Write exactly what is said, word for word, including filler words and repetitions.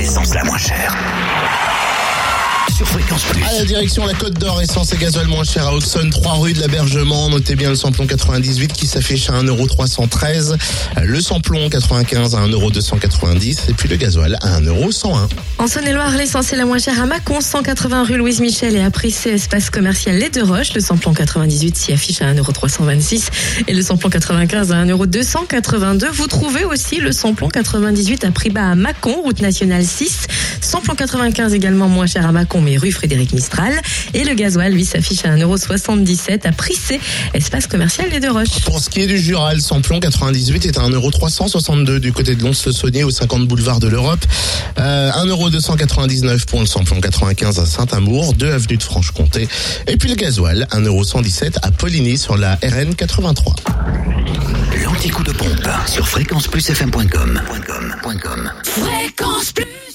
l'essence la moins chère. Sur Fréquence Plus. À la direction la Côte d'Or, essence et gasoil moins cher à Auxonne, trois rue de l'Abergement. Notez bien le samplon quatre-vingt-dix-huit qui s'affiche à un euro trois cent treize, le samplon quatre-vingt-quinze à un euro deux cent quatre-vingt-dix et puis le gasoil à un euro cent un. En Saône-et-Loire, l'essence est la moins chère à Mâcon, cent quatre-vingts rue Louise Michel et à Prissé, espace commercial Les Deux Roches. Le samplon quatre-vingt-dix-huit s'y affiche à un euro trois cent vingt-six et le samplon quatre-vingt-quinze à un euro deux cent quatre-vingt-deux. Vous trouvez aussi le samplon quatre-vingt-dix-huit à prix bas à Mâcon, route nationale six. Samplon quatre-vingt-quinze également moins cher à Mâcon, mais rue Frédéric Mistral. Et le gasoil, lui, s'affiche à un euro soixante-dix-sept à Prissé, espace commercial Les Deux Roches. Pour ce qui est du Jura, le samplon quatre-vingt-dix-huit est à un euro trois cent soixante-deux du côté de Lons-le-Saunier au cinquante boulevard de l'Europe. Euh, un euro deux cent quatre-vingt-dix-neuf pour le samplon quatre-vingt-quinze à Saint-Amour, deux avenue de Franche-Comté. Et puis le gasoil, un euro cent dix-sept à Poligny sur la R N quatre-vingt-trois. L'anti-coup de pompe sur fréquence plus f m point com. Fréquence Plus.